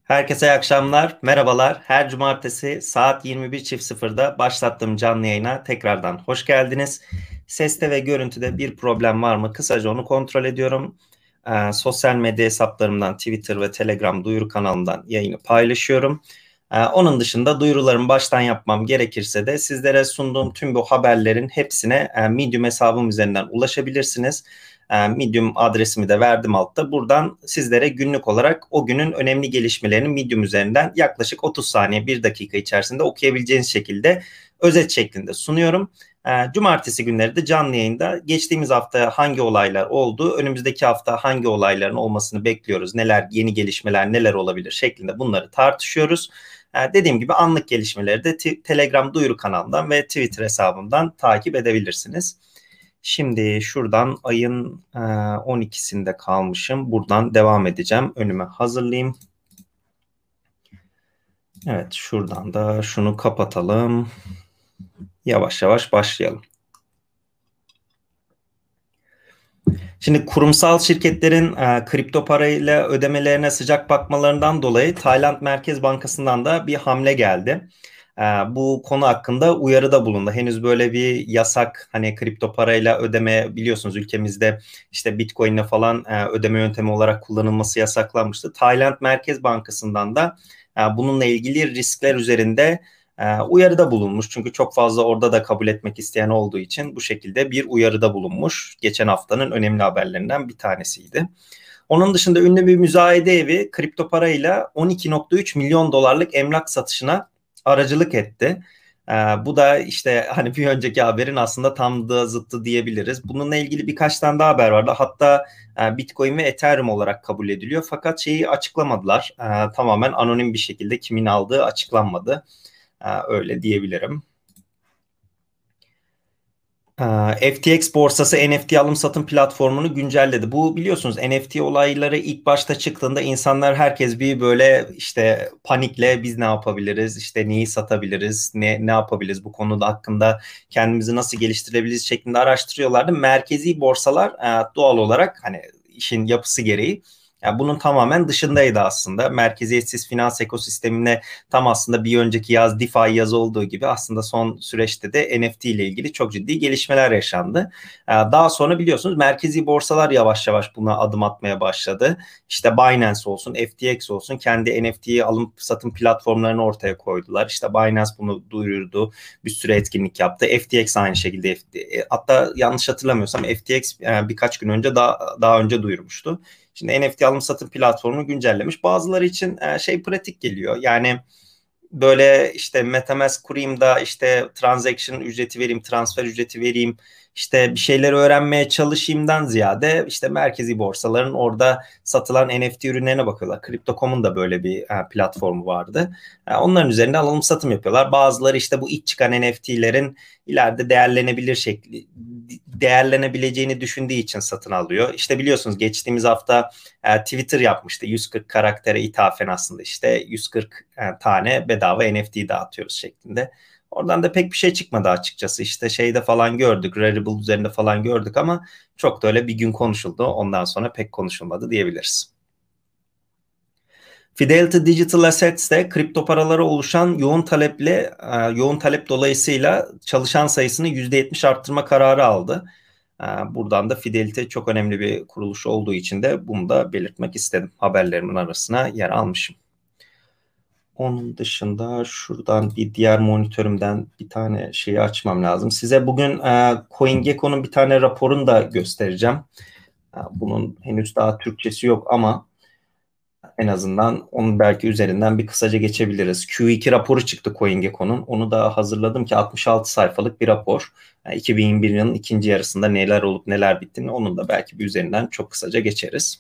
Herkese iyi akşamlar, merhabalar. Her cumartesi saat 21.00'da başlattığım canlı yayına tekrardan hoş geldiniz. Seste ve görüntüde bir problem var mı? Kısaca onu kontrol ediyorum. Sosyal medya hesaplarımdan, Twitter ve Telegram duyuru kanalımdan yayını paylaşıyorum. Onun dışında duyurularımı baştan yapmam gerekirse de sizlere sunduğum tüm bu haberlerin hepsine Medium hesabım üzerinden ulaşabilirsiniz. Medium adresimi de verdim altta. Buradan sizlere günlük olarak o günün önemli gelişmelerini Medium üzerinden yaklaşık 30 saniye 1 dakika içerisinde okuyabileceğiniz şekilde özet şeklinde sunuyorum. Cumartesi günleri de canlı yayında geçtiğimiz hafta hangi olaylar oldu, önümüzdeki hafta hangi olayların olmasını bekliyoruz, neler yeni gelişmeler neler olabilir şeklinde bunları tartışıyoruz. Dediğim gibi anlık gelişmeleri de Telegram duyuru kanalından ve Twitter hesabımdan takip edebilirsiniz. Şimdi şuradan ayın 12'sinde kalmışım. Buradan devam edeceğim. Önüme hazırlayayım. Evet, şuradan da şunu kapatalım. Yavaş yavaş başlayalım. Şimdi kurumsal şirketlerin kripto parayla ödemelerine sıcak bakmalarından dolayı Tayland Merkez Bankası'ndan da bir hamle geldi. Bu konu hakkında uyarıda bulundu. Henüz böyle bir yasak hani kripto parayla ödeme biliyorsunuz ülkemizde işte Bitcoin'le falan ödeme yöntemi olarak kullanılması yasaklanmıştı. Tayland Merkez Bankası'ndan da bununla ilgili riskler üzerinde uyarıda bulunmuş. Çünkü çok fazla orada da kabul etmek isteyen olduğu için bu şekilde bir uyarıda bulunmuş. Geçen haftanın önemli haberlerinden bir tanesiydi. Onun dışında ünlü bir müzayede evi kripto parayla 12,3 milyon dolarlık emlak satışına aracılık etti. Bu da işte hani bir önceki haberin aslında tam da zıttı diyebiliriz. Bununla ilgili birkaç tane daha haber vardı. Hatta Bitcoin ve Ethereum olarak kabul ediliyor. Fakat şeyi açıklamadılar. Tamamen anonim bir şekilde kimin aldığı açıklanmadı. Öyle diyebilirim. FTX borsası NFT alım satım platformunu güncelledi. Bu biliyorsunuz NFT olayları ilk başta çıktığında insanlar herkes bir böyle işte panikle biz ne yapabiliriz, işte neyi satabiliriz, ne yapabiliriz bu konuda hakkında kendimizi nasıl geliştirebiliriz şeklinde araştırıyorlardı. Merkezi borsalar doğal olarak hani işin yapısı gereği yani bunun tamamen dışındaydı aslında. Merkeziyetsiz finans ekosistemine tam aslında bir önceki yaz DeFi yazı olduğu gibi aslında son süreçte de NFT ile ilgili çok ciddi gelişmeler yaşandı. Daha sonra biliyorsunuz merkezi borsalar yavaş yavaş buna adım atmaya başladı. İşte Binance olsun, FTX olsun kendi NFT alım satım platformlarını ortaya koydular. İşte Binance bunu duyurdu, bir süre etkinlik yaptı. FTX aynı şekilde. Hatta yanlış hatırlamıyorsam FTX birkaç gün önce daha önce duyurmuştu. Şimdi NFT alım satım platformunu güncellemiş. Bazıları için şey pratik geliyor. Yani böyle işte MetaMask kurayım da işte transaction ücreti vereyim, transfer ücreti vereyim, işte bir şeyler öğrenmeye çalışayımdan ziyade işte merkezi borsaların orada satılan NFT ürünlerine bakıyorlar. Crypto.com'un da böyle bir platformu vardı. Onların üzerinde alım satım yapıyorlar. Bazıları işte bu ilk çıkan NFT'lerin ileride değerlenebileceğini düşündüğü için satın alıyor. İşte biliyorsunuz geçtiğimiz hafta Twitter yapmıştı. 140 karaktere ithafen aslında işte 140 tane bedava NFT dağıtıyoruz şeklinde. Oradan da pek bir şey çıkmadı açıkçası. İşte şeyde falan gördük, Rarible üzerinde falan gördük ama çok da öyle bir gün konuşuldu. Ondan sonra pek konuşulmadı diyebiliriz. Fidelity Digital Assets de kripto paralara oluşan yoğun talep dolayısıyla çalışan sayısını %70 arttırma kararı aldı. Buradan da Fidelity çok önemli bir kuruluş olduğu için de bunu da belirtmek istedim. Haberlerimin arasına yer almışım. Onun dışında şuradan bir diğer monitörümden bir tane şeyi açmam lazım. Size bugün CoinGecko'nun bir tane raporunu da göstereceğim. Bunun henüz daha Türkçesi yok ama en azından onun belki üzerinden bir kısaca geçebiliriz. Q2 raporu çıktı CoinGecko'nun. Onu da hazırladım ki 66 sayfalık bir rapor. 2021 yılının ikinci yarısında neler olup neler bittiğini onun da belki bir üzerinden çok kısaca geçeriz.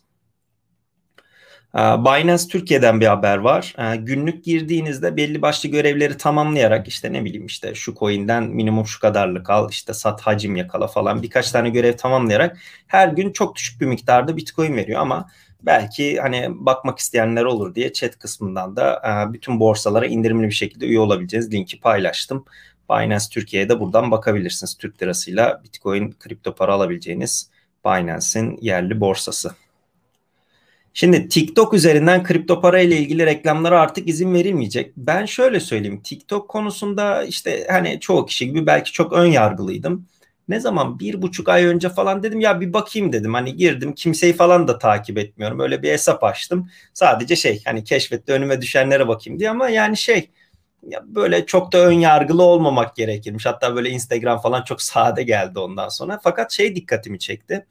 Binance Türkiye'den bir haber var. Günlük girdiğinizde belli başlı görevleri tamamlayarak işte ne bileyim işte şu coin'den minimum şu kadarlık al, işte sat hacim yakala falan birkaç tane görev tamamlayarak her gün çok düşük bir miktarda Bitcoin veriyor ama belki hani bakmak isteyenler olur diye chat kısmından da bütün borsalara indirimli bir şekilde üye olabileceğiniz linki paylaştım. Binance Türkiye'de buradan bakabilirsiniz. Türk lirasıyla Bitcoin kripto para alabileceğiniz Binance'in yerli borsası. Şimdi TikTok üzerinden kripto para ile ilgili reklamlara artık izin verilmeyecek. Ben şöyle söyleyeyim. TikTok konusunda işte hani çoğu kişi gibi belki çok ön yargılıydım. Ne zaman 1,5 ay önce falan dedim ya bir bakayım dedim. Hani girdim, kimseyi falan da takip etmiyorum. Öyle bir hesap açtım. Sadece şey, hani keşfette önüme düşenlere bakayım diye, ama yani şey, ya böyle çok da ön yargılı olmamak gerekirmiş. Hatta böyle Instagram falan çok sade geldi ondan sonra. Fakat şey dikkatimi çekti.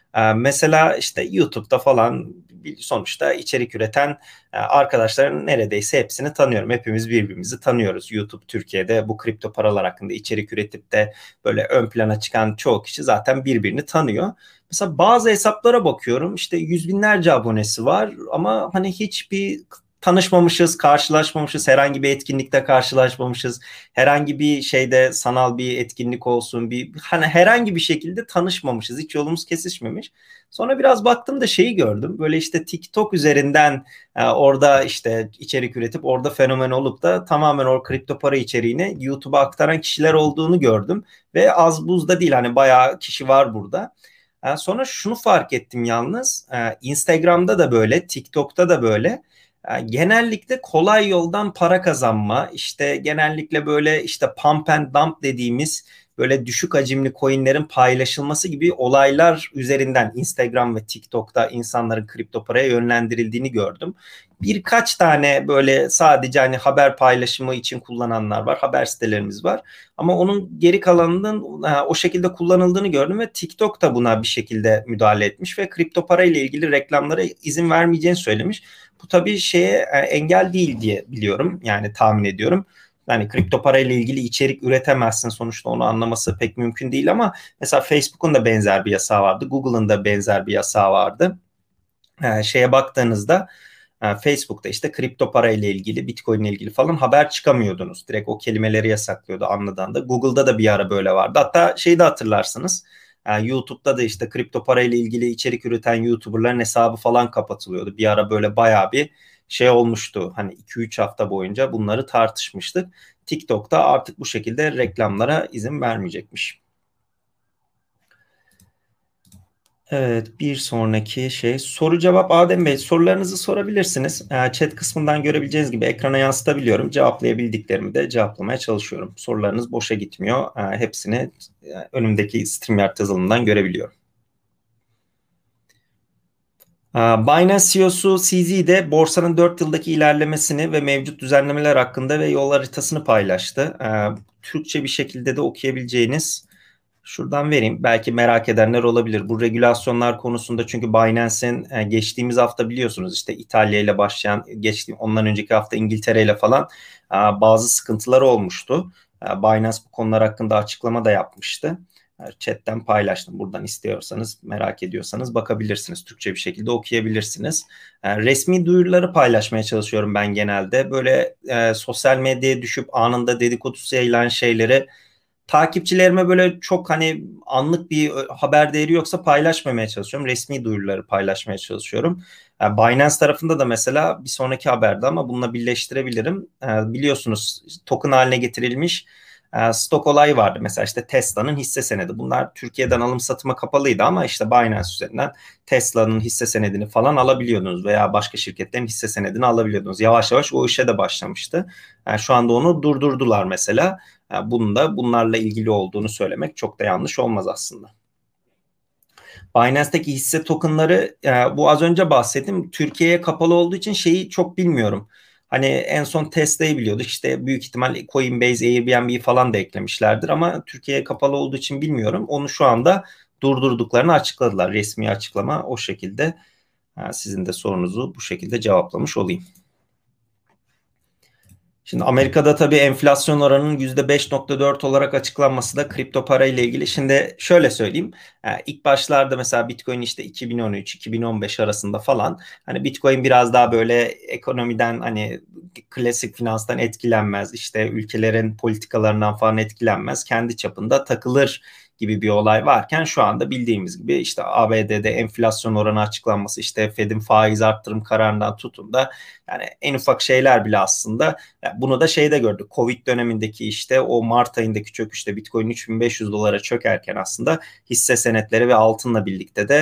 Mesela işte YouTube'da falan sonuçta içerik üreten arkadaşların neredeyse hepsini tanıyorum. Hepimiz birbirimizi tanıyoruz. YouTube Türkiye'de bu kripto paralar hakkında içerik üretip de böyle ön plana çıkan çoğu kişi zaten birbirini tanıyor. Mesela bazı hesaplara bakıyorum, işte yüz binlerce abonesi var ama hani hiçbir tanışmamışız, karşılaşmamışız, herhangi bir etkinlikte karşılaşmamışız, herhangi bir şeyde sanal bir etkinlik olsun, bir hani herhangi bir şekilde tanışmamışız, hiç yolumuz kesişmemiş. Sonra biraz baktım da şeyi gördüm. Böyle işte TikTok üzerinden orada işte içerik üretip orada fenomen olup da tamamen o kripto para içeriğini YouTube'a aktaran kişiler olduğunu gördüm. Ve az buz da değil, hani bayağı kişi var burada. Sonra şunu fark ettim yalnız. Instagram'da da böyle, TikTok'ta da böyle. Genellikle kolay yoldan para kazanma, işte genellikle böyle işte pump and dump dediğimiz böyle düşük hacimli coinlerin paylaşılması gibi olaylar üzerinden Instagram ve TikTok'ta insanların kripto paraya yönlendirildiğini gördüm. Birkaç tane böyle sadece hani haber paylaşımı için kullananlar var, haber sitelerimiz var. Ama onun geri kalanının o şekilde kullanıldığını gördüm ve TikTok da buna bir şekilde müdahale etmiş ve kripto para ile ilgili reklamlara izin vermeyeceğini söylemiş. Bu tabii şeye engel değil diye biliyorum. Yani tahmin ediyorum. Yani kripto para ile ilgili içerik üretemezsin, sonuçta onu anlaması pek mümkün değil, ama mesela Facebook'un da benzer bir yasağı vardı. Google'ın da benzer bir yasağı vardı. Şeye baktığınızda Facebook'ta işte kripto para ile ilgili, Bitcoin ile ilgili falan haber çıkamıyordunuz. Direkt o kelimeleri yasaklıyordu anladığında. Da. Google'da da bir ara böyle vardı. Hatta şeyi de hatırlarsınız. YouTube'da da işte kripto para ile ilgili içerik üreten YouTuber'ların hesabı falan kapatılıyordu. Bir ara böyle bayağı bir şey olmuştu. Hani 2-3 hafta boyunca bunları tartışmıştık. TikTok'ta artık bu şekilde reklamlara izin vermeyecekmiş. Evet, bir sonraki şey soru cevap. Adem Bey, sorularınızı sorabilirsiniz. Chat kısmından görebileceğiniz gibi ekrana yansıtabiliyorum. Cevaplayabildiklerimi de cevaplamaya çalışıyorum. Sorularınız boşa gitmiyor. Hepsini önümdeki StreamYard yazılımından görebiliyorum. Binance CEO'su CZ de borsanın 4 yıldaki ilerlemesini ve mevcut düzenlemeler hakkında ve yol haritasını paylaştı. Türkçe bir şekilde de okuyabileceğiniz, şuradan vereyim. Belki merak edenler olabilir. Bu regülasyonlar konusunda, çünkü Binance'in geçtiğimiz hafta biliyorsunuz işte İtalya ile başlayan, ondan önceki hafta İngiltere ile falan bazı sıkıntıları olmuştu. Binance bu konular hakkında açıklama da yapmıştı. Chat'ten paylaştım. Buradan istiyorsanız, merak ediyorsanız bakabilirsiniz. Türkçe bir şekilde okuyabilirsiniz. Resmi duyuruları paylaşmaya çalışıyorum ben genelde. Böyle sosyal medyaya düşüp anında dedikodusu yayılan şeyleri takipçilerime böyle çok hani anlık bir haber değeri yoksa paylaşmamaya çalışıyorum. Resmi duyuruları paylaşmaya çalışıyorum. Binance tarafında da mesela bir sonraki haberde, ama bununla birleştirebilirim. Biliyorsunuz token haline getirilmiş stok olayı vardı. Mesela işte Tesla'nın hisse senedi. Bunlar Türkiye'den alım satıma kapalıydı ama işte Binance üzerinden Tesla'nın hisse senedini falan alabiliyordunuz veya başka şirketlerin hisse senedini alabiliyordunuz. Yavaş yavaş o işe de başlamıştı. Şu anda onu durdurdular mesela. Bunun da bunlarla ilgili olduğunu söylemek çok da yanlış olmaz aslında. Binance'daki hisse tokenları, bu az önce bahsettim. Türkiye'ye kapalı olduğu için şeyi çok bilmiyorum. Hani en son Tesla'yı biliyorduk. İşte büyük ihtimal Coinbase, Airbnb falan da eklemişlerdir ama Türkiye'ye kapalı olduğu için bilmiyorum. Onu şu anda durdurduklarını açıkladılar. Resmi açıklama o şekilde. Sizin de sorunuzu bu şekilde cevaplamış olayım. Şimdi Amerika'da tabii enflasyon oranının %5,4 olarak açıklanması da kripto para ile ilgili. Şimdi şöyle söyleyeyim. İlk başlarda mesela Bitcoin işte 2013-2015 arasında falan, hani Bitcoin biraz daha böyle ekonomiden, hani klasik finanstan etkilenmez, işte ülkelerin politikalarından falan etkilenmez, kendi çapında takılır gibi bir olay varken, şu anda bildiğimiz gibi işte ABD'de enflasyon oranı açıklanması, işte Fed'in faiz arttırım kararından tutun da yani en ufak şeyler bile aslında, yani bunu da şeyde gördük. Covid dönemindeki işte o Mart ayındaki çöküşte Bitcoin 3500 dolara çökerken aslında hisse senetleri ve altınla birlikte de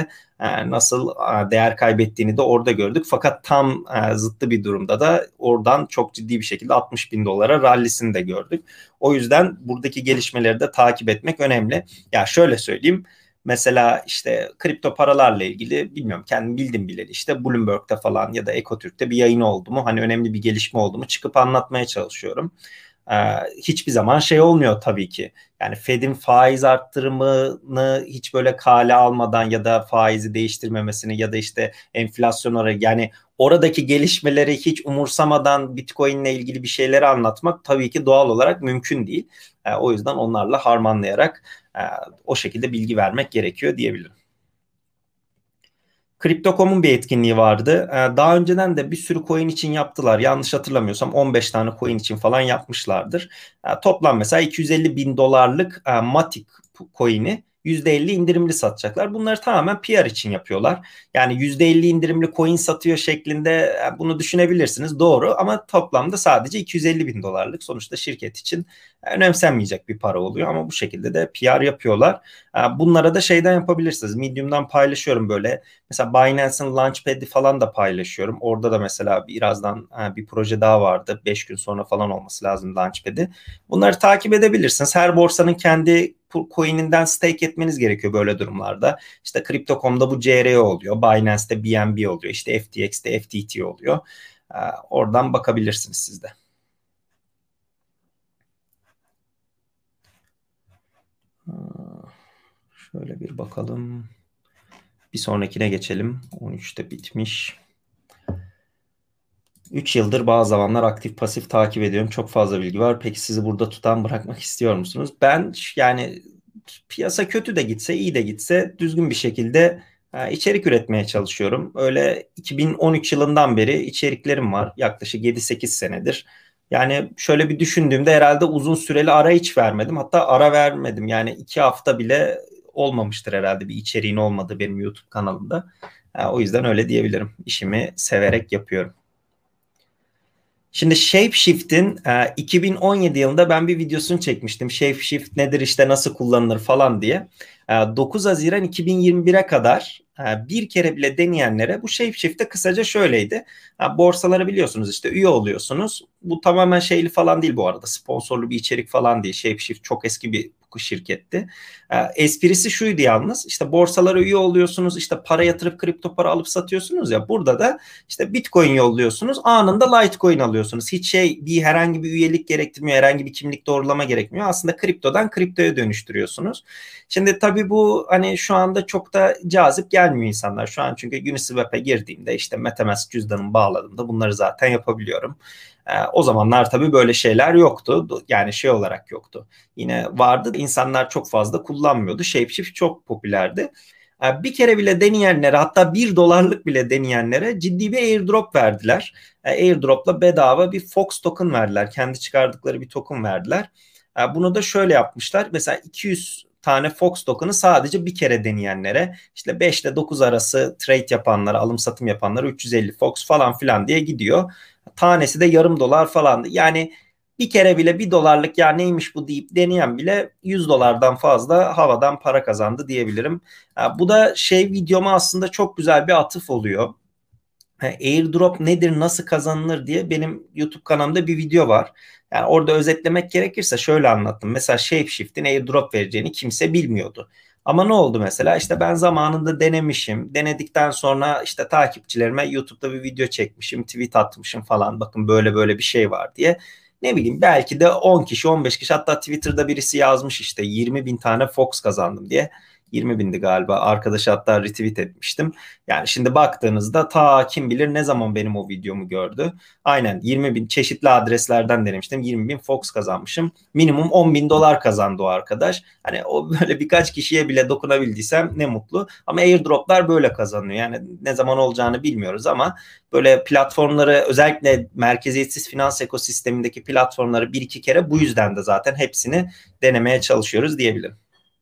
nasıl değer kaybettiğini de orada gördük. Fakat tam zıttı bir durumda da oradan çok ciddi bir şekilde 60 bin dolara rallisini de gördük. O yüzden buradaki gelişmeleri de takip etmek önemli. Ya şöyle söyleyeyim. Mesela işte kripto paralarla ilgili bilmiyorum kendim bildim bileli işte Bloomberg'da falan ya da Ekotürk'te bir yayın oldu mu hani önemli bir gelişme oldu mu çıkıp anlatmaya çalışıyorum. Hiçbir zaman şey olmuyor tabii ki. Yani Fed'in faiz arttırımını hiç böyle kale almadan ya da faizi değiştirmemesini ya da işte enflasyon oranı yani oradaki gelişmeleri hiç umursamadan Bitcoin'le ilgili bir şeyleri anlatmak tabii ki doğal olarak mümkün değil. O yüzden onlarla harmanlayarak e, o şekilde bilgi vermek gerekiyor diyebilirim. Crypto.com'un bir etkinliği vardı. Daha önceden de bir sürü coin için yaptılar. Yanlış hatırlamıyorsam 15 tane coin için falan yapmışlardır. Toplam mesela 250 bin dolarlık Matic coin'i %50 indirimli satacaklar. Bunları tamamen PR için yapıyorlar. Yani %50 indirimli coin satıyor şeklinde bunu düşünebilirsiniz. Doğru ama toplamda sadece 250 bin dolarlık. Sonuçta şirket için önemsenmeyecek bir para oluyor ama bu şekilde de PR yapıyorlar. Bunlara da şeyden yapabilirsiniz. Medium'dan paylaşıyorum böyle. Mesela Binance'ın Launchpad'i falan da paylaşıyorum. Orada da mesela birazdan bir proje daha vardı. 5 gün sonra falan olması lazım Launchpad'i. Bunları takip edebilirsiniz. Her borsanın kendi coin'inden stake etmeniz gerekiyor böyle durumlarda. İşte Crypto.com'da bu CRE oluyor. Binance'te BNB oluyor. İşte FTX'te FTT oluyor. Oradan bakabilirsiniz siz de. Şöyle bir bakalım. Bir sonrakine geçelim. 13'te bitmiş. 3 yıldır bazı zamanlar aktif pasif takip ediyorum. Çok fazla bilgi var. Peki sizi burada tutan bırakmak istiyor musunuz? Ben yani piyasa kötü de gitse, iyi de gitse düzgün bir şekilde içerik üretmeye çalışıyorum. Öyle 2013 yılından beri içeriklerim var. Yaklaşık 7-8 senedir. Yani şöyle bir düşündüğümde herhalde uzun süreli ara hiç vermedim. Hatta ara vermedim. Yani 2 hafta bile olmamıştır herhalde bir içeriğin olmadığı benim YouTube kanalımda. O yüzden öyle diyebilirim. İşimi severek yapıyorum. Şimdi ShapeShift'in 2017 yılında ben bir videosunu çekmiştim. ShapeShift nedir işte nasıl kullanılır falan diye. 9 Haziran 2021'e kadar bir kere bile deneyenlere bu ShapeShift'te kısaca şöyleydi. Borsaları biliyorsunuz işte üye oluyorsunuz. Bu tamamen şeyli falan değil bu arada. Sponsorlu bir içerik falan değil. ShapeShift çok eski bir şirketti. Esprisi şuydu yalnız. İşte borsalara üye oluyorsunuz. İşte para yatırıp kripto para alıp satıyorsunuz ya. Burada da işte Bitcoin yolluyorsunuz. Anında Litecoin alıyorsunuz. Hiç herhangi bir üyelik gerektirmiyor. Herhangi bir kimlik doğrulama gerekmiyor. Aslında kriptodan kriptoya dönüştürüyorsunuz. Şimdi tabii bu hani şu anda çok da cazip gelmiyor insanlar. Şu an çünkü Uniswap'e girdiğimde işte MetaMask cüzdanımı bağladığımda bunları zaten yapabiliyorum. O zamanlar tabii böyle şeyler yoktu. Yani şey olarak yoktu. Yine vardı da insanlar çok fazla kullanmıyordu. Shapeshift çok popülerdi. Bir kere bile deneyenlere hatta 1 dolarlık bile deneyenlere ciddi bir airdrop verdiler. Airdrop'la bedava bir Fox token verdiler. Kendi çıkardıkları bir token verdiler. Bunu da şöyle yapmışlar. Mesela 200 tane Fox token'ı sadece bir kere deneyenlere işte 5 ile 9 arası trade yapanlara, alım satım yapanlara 350 Fox falan filan diye gidiyor. Tanesi de yarım dolar falandı. Yani bir kere bile 1 dolarlık ya neymiş bu deyip deneyen bile 100 dolardan fazla havadan para kazandı diyebilirim. Bu da şey videoma aslında çok güzel bir atıf oluyor. Airdrop nedir, nasıl kazanılır diye benim YouTube kanalımda bir video var. Yani orada özetlemek gerekirse şöyle anlattım. Mesela ShapeShift'in airdrop vereceğini kimse bilmiyordu. Ama ne oldu mesela? İşte ben zamanında denemişim. Denedikten sonra işte takipçilerime YouTube'da bir video çekmişim, tweet atmışım falan. Bakın böyle böyle bir şey var diye. Ne bileyim belki de 10 kişi, 15 kişi hatta Twitter'da birisi yazmış işte 20 bin tane Fox kazandım diye. 20 bindi galiba. Arkadaşı hatta retweet etmiştim. Yani şimdi baktığınızda ta kim bilir ne zaman benim o videomu gördü. Aynen 20 bin çeşitli adreslerden denemiştim. 20 bin Fox kazanmışım. Minimum 10 bin dolar kazandı o arkadaş. Hani o böyle birkaç kişiye bile dokunabildiysem ne mutlu. Ama airdroplar böyle kazanıyor. Yani ne zaman olacağını bilmiyoruz ama böyle platformları özellikle merkeziyetsiz finans ekosistemindeki platformları bir iki kere bu yüzden de zaten hepsini denemeye çalışıyoruz diyebilirim.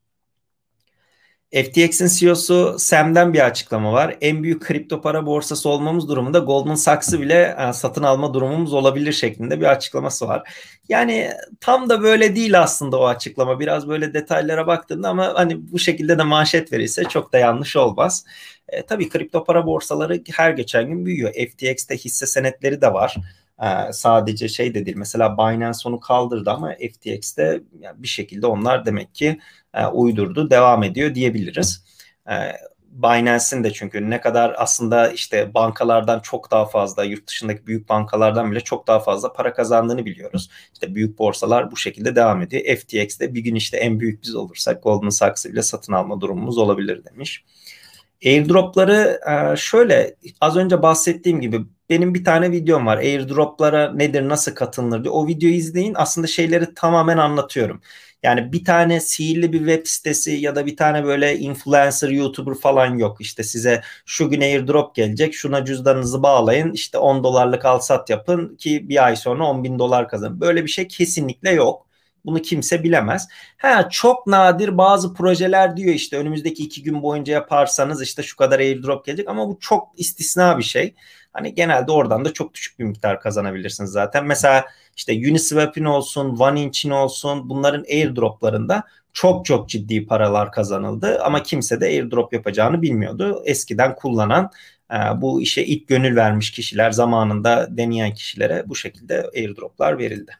FTX'in CEO'su Sam'den bir açıklama var. En büyük kripto para borsası olmamız durumunda Goldman Sachs'ı bile satın alma durumumuz olabilir şeklinde bir açıklaması var. Yani tam da böyle değil aslında o açıklama. Biraz böyle detaylara baktığında ama hani bu şekilde de manşet verirse çok da yanlış olmaz. Tabii kripto para borsaları her geçen gün büyüyor. FTX'te hisse senetleri de var. Sadece şey de değil. Mesela Binance onu kaldırdı ama FTX'te yani bir şekilde onlar demek ki uydurdu, devam ediyor diyebiliriz. E, Binance'in de çünkü ne kadar aslında işte bankalardan çok daha fazla, yurt dışındaki büyük bankalardan bile çok daha fazla para kazandığını biliyoruz. İşte büyük borsalar bu şekilde devam ediyor. FTX'te bir gün işte en büyük biz olursak Goldman Sachs'ı bile satın alma durumumuz olabilir demiş. Airdrop'ları şöyle az önce bahsettiğim gibi benim bir tane videom var. Airdrop'lara nedir, nasıl katılınır diye. O videoyu izleyin. Aslında şeyleri tamamen anlatıyorum. Yani bir tane sihirli bir web sitesi ya da bir tane böyle influencer, YouTuber falan yok. İşte size şu gün airdrop gelecek, şuna cüzdanınızı bağlayın, işte 10 dolarlık al sat yapın ki bir ay sonra 10 bin dolar kazanın. Böyle bir şey kesinlikle yok. Bunu kimse bilemez. Çok nadir bazı projeler diyor işte önümüzdeki 2 gün boyunca yaparsanız işte şu kadar airdrop gelecek ama bu çok istisna bir şey. Hani genelde oradan da çok düşük bir miktar kazanabilirsiniz zaten. Mesela işte Uniswap'in olsun, OneInch'in olsun bunların airdroplarında çok çok ciddi paralar kazanıldı ama kimse de airdrop yapacağını bilmiyordu. Eskiden kullanan bu işe ilk gönül vermiş kişiler zamanında deneyen kişilere bu şekilde airdroplar verildi.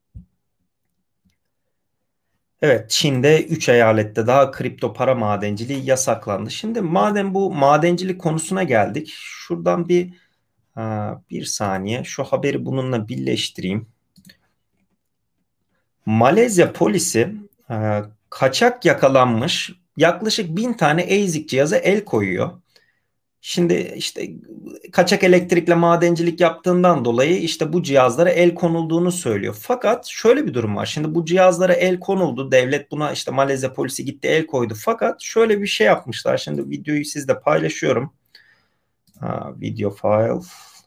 Evet, Çin'de 3 eyalette daha kripto para madenciliği yasaklandı. Şimdi madem bu madencilik konusuna geldik, şuradan bir saniye şu haberi bununla birleştireyim. Malezya polisi kaçak yakalanmış yaklaşık 1.000 tane ASIC cihaza el koyuyor. Şimdi işte kaçak elektrikle madencilik yaptığından dolayı işte bu cihazlara el konulduğunu söylüyor. Fakat şöyle bir durum var. Şimdi bu cihazlara el konuldu. Devlet buna işte Malezya polisi gitti el koydu. Fakat şöyle bir şey yapmışlar. Şimdi videoyu sizle paylaşıyorum. Video file.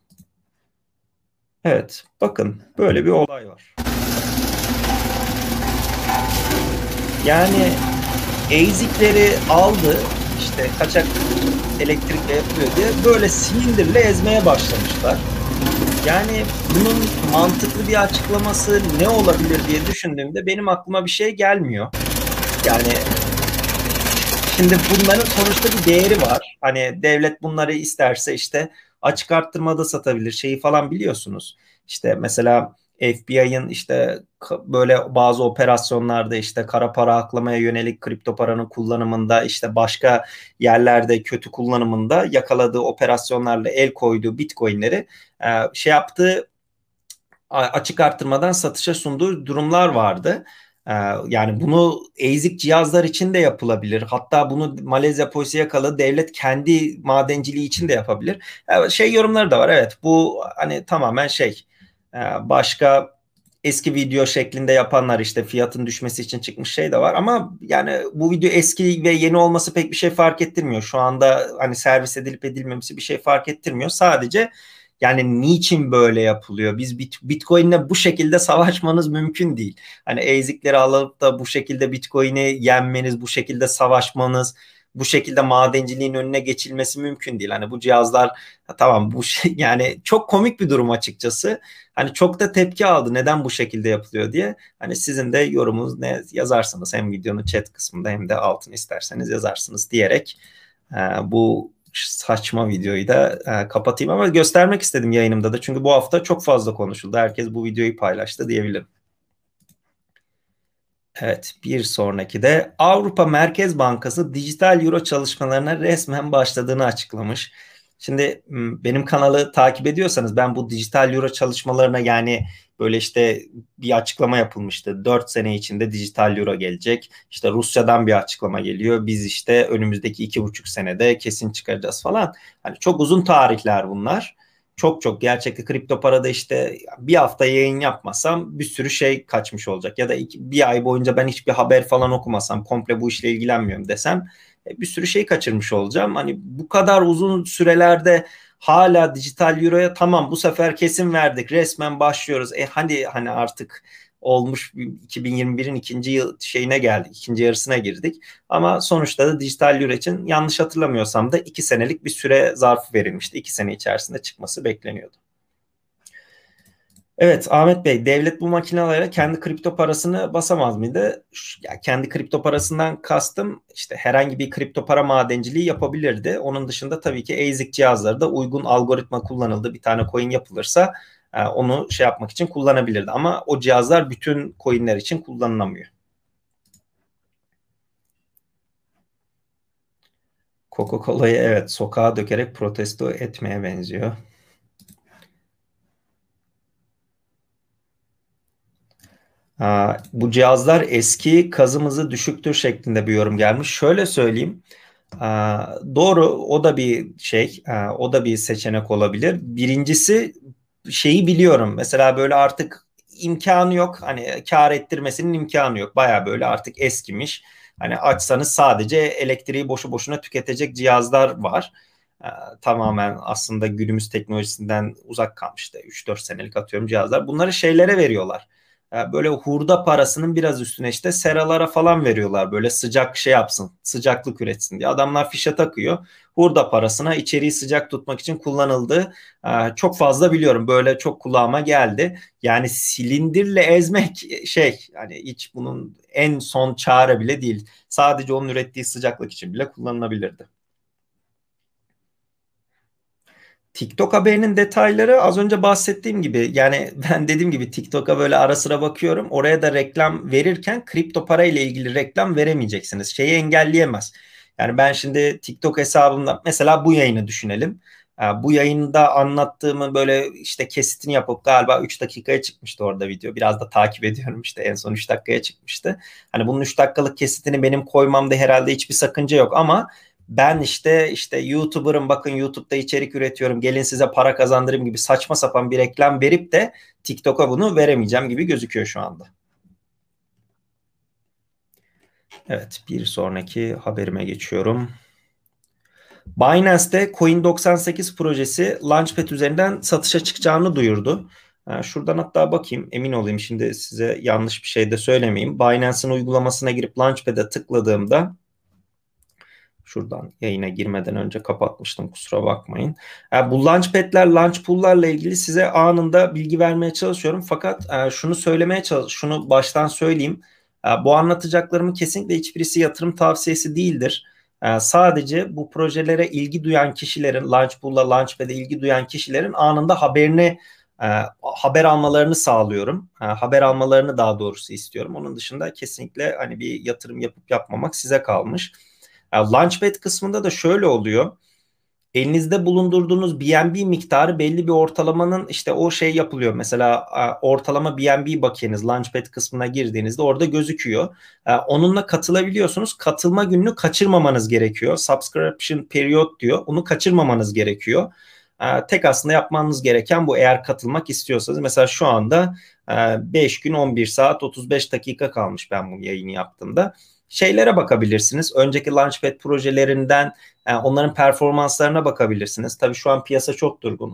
Evet, bakın böyle bir olay var. Yani ASIC'leri aldı işte kaçak elektrikle yapılıyor diye böyle silindirle ezmeye başlamışlar. Yani bunun mantıklı bir açıklaması ne olabilir diye düşündüğümde benim aklıma bir şey gelmiyor. Yani şimdi bunların sonuçta bir değeri var. Hani devlet bunları isterse işte açık arttırmada satabilir şeyi falan biliyorsunuz. İşte mesela FBI'ın işte böyle bazı operasyonlarda işte kara para aklamaya yönelik kripto paranın kullanımında işte başka yerlerde kötü kullanımında yakaladığı operasyonlarla el koyduğu Bitcoin'leri şey yaptığı açık arttırmadan satışa sunduğu durumlar vardı. Yani bunu ASIC cihazlar için de yapılabilir. Hatta bunu Malezya polisi yakaladı. Devlet kendi madenciliği için de yapabilir. Şey yorumları da var. Evet bu hani tamamen başka eski video şeklinde yapanlar işte fiyatın düşmesi için çıkmış şey de var. Ama yani bu video eski ve yeni olması pek bir şey fark ettirmiyor. Şu anda hani servis edilip edilmemesi bir şey fark ettirmiyor. Sadece yani niçin böyle yapılıyor? Biz Bitcoin'le bu şekilde savaşmanız mümkün değil. Hani ASIC'leri alıp da bu şekilde Bitcoin'i yenmeniz, bu şekilde savaşmanız, bu şekilde madenciliğin önüne geçilmesi mümkün değil. Hani bu cihazlar tamam bu şey yani çok komik bir durum açıkçası. Hani çok da tepki aldı neden bu şekilde yapılıyor diye. Hani sizin de yorumunuz ne yazarsanız hem videonun chat kısmında hem de altına isterseniz yazarsınız diyerek bu saçma videoyu da kapatayım ama göstermek istedim yayınımda da. Çünkü bu hafta çok fazla konuşuldu. Herkes bu videoyu paylaştı diyebilirim. Evet, bir sonraki de Avrupa Merkez Bankası dijital euro çalışmalarına resmen başladığını açıklamış. Şimdi benim kanalı takip ediyorsanız ben bu dijital euro çalışmalarına yani böyle işte bir açıklama yapılmıştı. 4 sene içinde dijital euro gelecek. İşte Rusya'dan bir açıklama geliyor. Biz işte önümüzdeki 2,5 senede kesin çıkaracağız falan. Hani çok uzun tarihler bunlar. Çok çok gerçekten kripto parada işte bir hafta yayın yapmasam bir sürü şey kaçmış olacak. Ya da bir ay boyunca ben hiçbir haber falan okumasam komple bu işle ilgilenmiyorum desem bir sürü şey kaçırmış olacağım. Hani bu kadar uzun sürelerde hala dijital euroya tamam bu sefer kesin verdik resmen başlıyoruz. Hani artık olmuş 2021'in ikinci yıl şeyine geldik. İkinci yarısına girdik. Ama sonuçta da dijital euro için yanlış hatırlamıyorsam da 2 senelik bir süre zarfı verilmişti. 2 sene içerisinde çıkması bekleniyordu. Evet Ahmet Bey, devlet bu makinelerle kendi kripto parasını basamaz mıydı? Ya kendi kripto parasından kastım işte herhangi bir kripto para madenciliği yapabilirdi. Onun dışında tabii ki ASIC cihazları da uygun algoritma kullanıldı. Bir tane coin yapılırsa onu şey yapmak için kullanabilirdi. Ama o cihazlar bütün coinler için kullanılamıyor. Coca-Cola'yı evet sokağa dökerek protesto etmeye benziyor. Bu cihazlar eski, kazımızı düşüktür şeklinde bir yorum gelmiş. Şöyle söyleyeyim. Doğru, o da bir şey, o da bir seçenek olabilir. Birincisi şeyi biliyorum. Mesela böyle artık imkanı yok. Hani kar ettirmesinin imkanı yok. Baya böyle artık eskimiş. Hani açsanız sadece elektriği boşu boşuna tüketecek cihazlar var. Tamamen aslında günümüz teknolojisinden uzak kalmıştı. 3-4 senelik atıyorum cihazlar. Bunları şeylere veriyorlar. Böyle hurda parasının biraz üstüne işte seralara falan veriyorlar. Böyle sıcak şey yapsın, sıcaklık üretsin diye. Adamlar fişe takıyor. Hurda parasına içeriği sıcak tutmak için kullanıldığı çok fazla biliyorum. Böyle çok kulağıma geldi. Yani silindirle ezmek şey yani hiç bunun en son çare bile değil. Sadece onun ürettiği sıcaklık için bile kullanılabilirdi. TikTok haberinin detayları az önce bahsettiğim gibi yani ben dediğim gibi TikTok'a böyle ara sıra bakıyorum. Oraya da reklam verirken kripto para ile ilgili reklam veremeyeceksiniz. Şeyi engelleyemez. Yani ben şimdi TikTok hesabımda mesela bu yayını düşünelim. Bu yayında anlattığımı böyle işte kesitini yapıp galiba 3 dakikaya çıkmıştı orada video. Biraz da takip ediyorum işte en son 3 dakikaya çıkmıştı. Hani bunun 3 dakikalık kesitini benim koymamda herhalde hiçbir sakınca yok ama ben işte YouTuber'ım bakın YouTube'da içerik üretiyorum gelin size para kazandırayım gibi saçma sapan bir reklam verip de TikTok'a bunu veremeyeceğim gibi gözüküyor şu anda. Evet bir sonraki haberime geçiyorum. Binance'de Coin98 projesi Launchpad üzerinden satışa çıkacağını duyurdu. Şuradan hatta bakayım emin olayım şimdi size yanlış bir şey de söylemeyeyim. Binance'ın uygulamasına girip Launchpad'e tıkladığımda şuradan yayına girmeden önce kapatmıştım kusura bakmayın. Bu launchpad'ler, launch pool'larla ilgili size anında bilgi vermeye çalışıyorum. Fakat şunu söylemeye şunu baştan söyleyeyim. Bu anlatacaklarımın kesinlikle hiçbirisi yatırım tavsiyesi değildir. Sadece bu projelere ilgi duyan kişilerin, launch pool'la launchpad'e ilgi duyan kişilerin anında e, haber almalarını sağlıyorum. Haber almalarını daha doğrusu istiyorum. Onun dışında kesinlikle hani bir yatırım yapıp yapmamak size kalmış. Launchpad kısmında da şöyle oluyor. Elinizde bulundurduğunuz BNB miktarı belli bir ortalamanın işte o şey yapılıyor. Mesela ortalama BNB bakiyeniz Launchpad kısmına girdiğinizde orada gözüküyor. Onunla katılabiliyorsunuz. Katılma gününü kaçırmamanız gerekiyor. Subscription period diyor. Onu kaçırmamanız gerekiyor. Tek aslında yapmanız gereken bu eğer katılmak istiyorsanız. Mesela şu anda 5 gün 11 saat 35 dakika kalmış ben bu yayını yaptığımda. Şeylere bakabilirsiniz. Önceki Launchpad projelerinden onların performanslarına bakabilirsiniz. Tabii şu an piyasa çok durgun.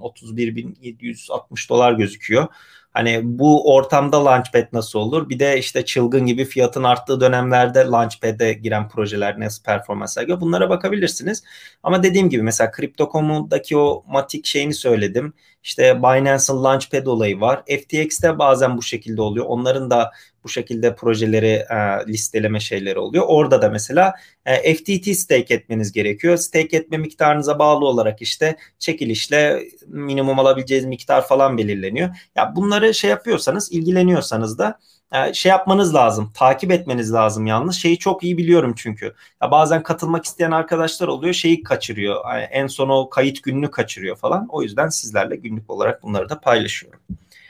31.760 dolar gözüküyor. Hani bu ortamda Launchpad nasıl olur? Bir de işte çılgın gibi fiyatın arttığı dönemlerde Launchpad'e giren projeler nasıl performans sergiliyor? Bunlara bakabilirsiniz. Ama dediğim gibi mesela Crypto.com'daki o Matic şeyini söyledim. İşte Binance'ın Launchpad olayı var. FTX'te bazen bu şekilde oluyor. Onların da bu şekilde projeleri listeleme şeyleri oluyor. Orada da mesela FTT stake etmeniz gerekiyor. Stake etme miktarınıza bağlı olarak işte çekilişle minimum alabileceğiniz miktar falan belirleniyor. Ya bunları şey yapıyorsanız, ilgileniyorsanız da şey yapmanız lazım. Takip etmeniz lazım yalnız. Şeyi çok iyi biliyorum çünkü. Ya bazen katılmak isteyen arkadaşlar oluyor. Şeyi kaçırıyor. Yani en son o kayıt gününü kaçırıyor falan. O yüzden sizlerle günlük olarak bunları da paylaşıyorum.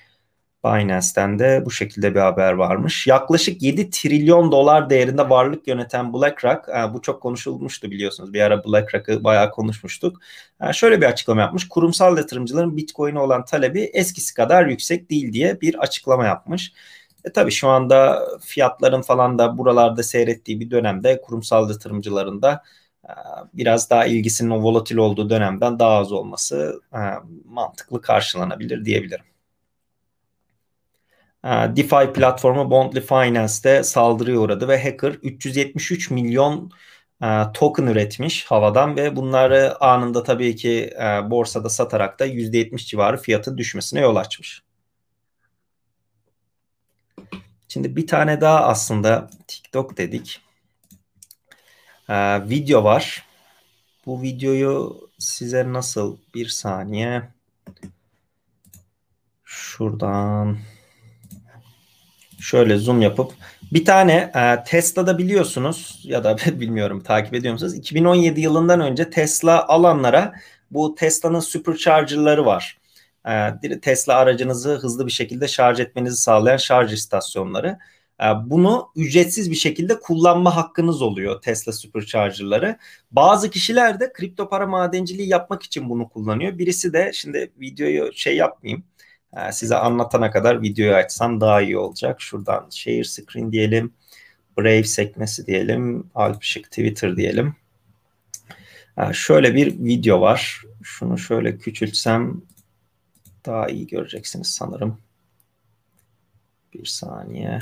Binance'ten de bu şekilde bir haber varmış. Yaklaşık 7 trilyon dolar değerinde varlık yöneten BlackRock, bu çok konuşulmuştu biliyorsunuz. Bir ara BlackRock'ı bayağı konuşmuştuk. Şöyle bir açıklama yapmış. Kurumsal yatırımcıların Bitcoin'e olan talebi eskisi kadar yüksek değil diye bir açıklama yapmış. Tabii şu anda fiyatların falan da buralarda seyrettiği bir dönemde kurumsal yatırımcıların da biraz daha ilgisinin o volatil olduğu dönemden daha az olması mantıklı karşılanabilir diyebilirim. DeFi platformu Bondly Finance'de saldırıya uğradı ve hacker 373 milyon token üretmiş havadan ve bunları anında tabii ki borsada satarak da %70 civarı fiyatın düşmesine yol açmış. Şimdi bir tane daha aslında TikTok dedik. Video var. Bu videoyu size nasıl bir saniye şuradan şöyle zoom yapıp bir tane Tesla'da biliyorsunuz ya da bilmiyorum takip ediyor musunuz? 2017 yılından önce Tesla alanlara bu Tesla'nın supercharger'ları var. Tesla aracınızı hızlı bir şekilde şarj etmenizi sağlayan şarj istasyonları. Bunu ücretsiz bir şekilde kullanma hakkınız oluyor Tesla supercharger'ları. Bazı kişiler de kripto para madenciliği yapmak için bunu kullanıyor. Birisi de şimdi videoyu şey yapmayayım. Size anlatana kadar videoyu açsam daha iyi olacak. Şuradan share screen diyelim. Brave sekmesi diyelim. Alpışık Twitter diyelim. Şöyle bir video var. Şunu şöyle küçültsem daha iyi göreceksiniz sanırım. Bir saniye.